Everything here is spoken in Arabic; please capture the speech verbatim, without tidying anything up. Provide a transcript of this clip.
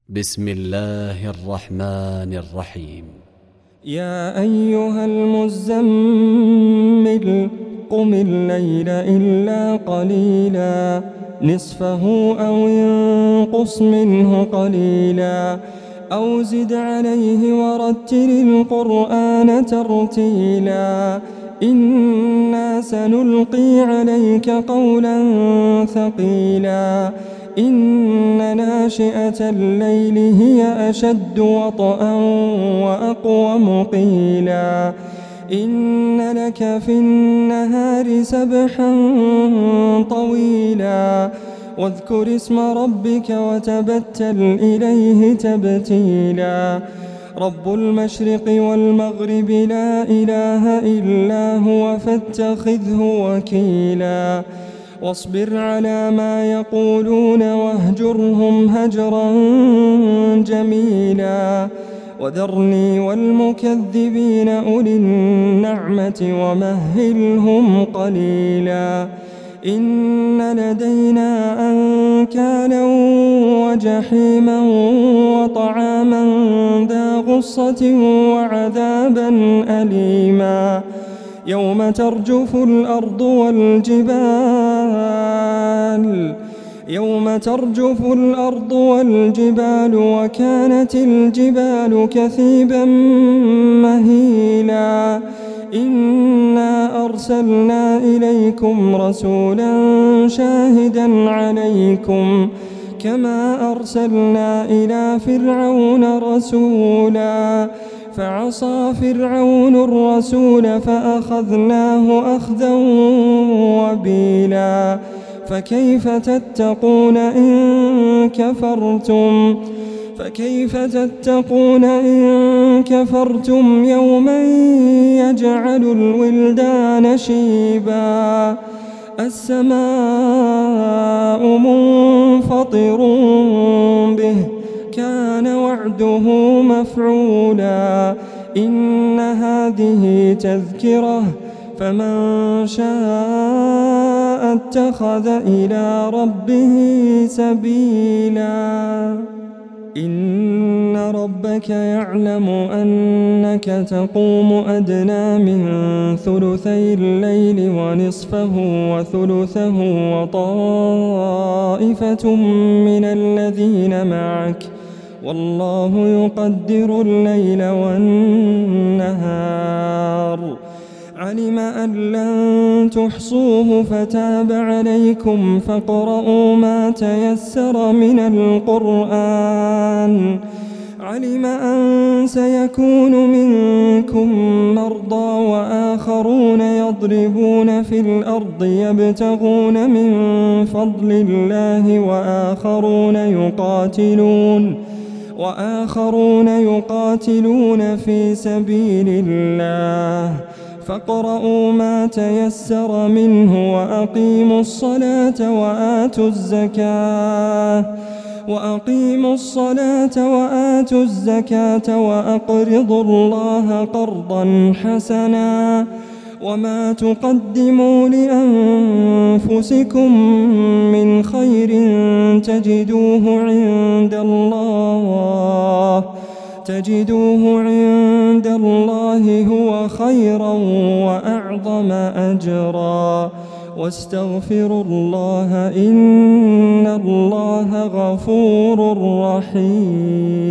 بسم الله الرحمن الرحيم. يا أيها المزمل قم الليل إلا قليلا نصفه أو انقص منه قليلا أو زد عليه ورتل القرآن ترتيلا إنا سنلقي عليك قولا ثقيلا إن ناشئة الليل هي أشد وطئا وأقوم قيلا إن لك في النهار سبحا طويلا واذكر اسم ربك وتبتل إليه تبتيلا رب المشرق والمغرب لا إله إلا هو فاتخذه وكيلا واصبر على ما يقولون واهجرهم هجرا جميلا وذرني والمكذبين أولي النعمة ومهلهم قليلا إن لدينا أنكالا وجحيما وطعاما ذا غصة وعذابا أليما يوم ترجف الأرض والجبال يوم ترجف الأرض والجبال وكانت الجبال كثيبا مهيلا إنا أرسلنا إليكم رسولا شاهدا عليكم كما أرسلنا إلى فرعون رسولا فعصى فرعون الرسول فأخذناه أخذا وبيلا فكيف تتقون إن كفرتم فكيف تتقون إن كفرتم يوما يجعل الولدان شيبا السماء منفطر به كان وعده مفعولا إن هذه تذكرة فمن شاء اتخذ إلى ربه سبيلا إن ربك يعلم أنك تقوم أدنى من ثلثي الليل ونصفه وثلثه وطائفة من الذين معك والله يقدر الليل والنهار علم أن لن تحصوه فتاب عليكم فاقرؤوا ما تيسر من القرآن علم أن سيكون منكم مرضى وآخرون يضربون في الأرض يبتغون من فضل الله وآخرون يقاتلون وآخرون يقاتلون في سبيل الله فاقرؤوا ما تيسر منه وأقيموا الصلاة وآتوا الزكاة وأقيموا الصلاة وآتوا الزكاة وأقرضوا الله قرضا حسنا وما تقدموا لأنفسكم من خير تجدوه عند الله تجدوه عند الله هو خيرا وأعظم أجرا واستغفروا الله إن الله غفور رحيم.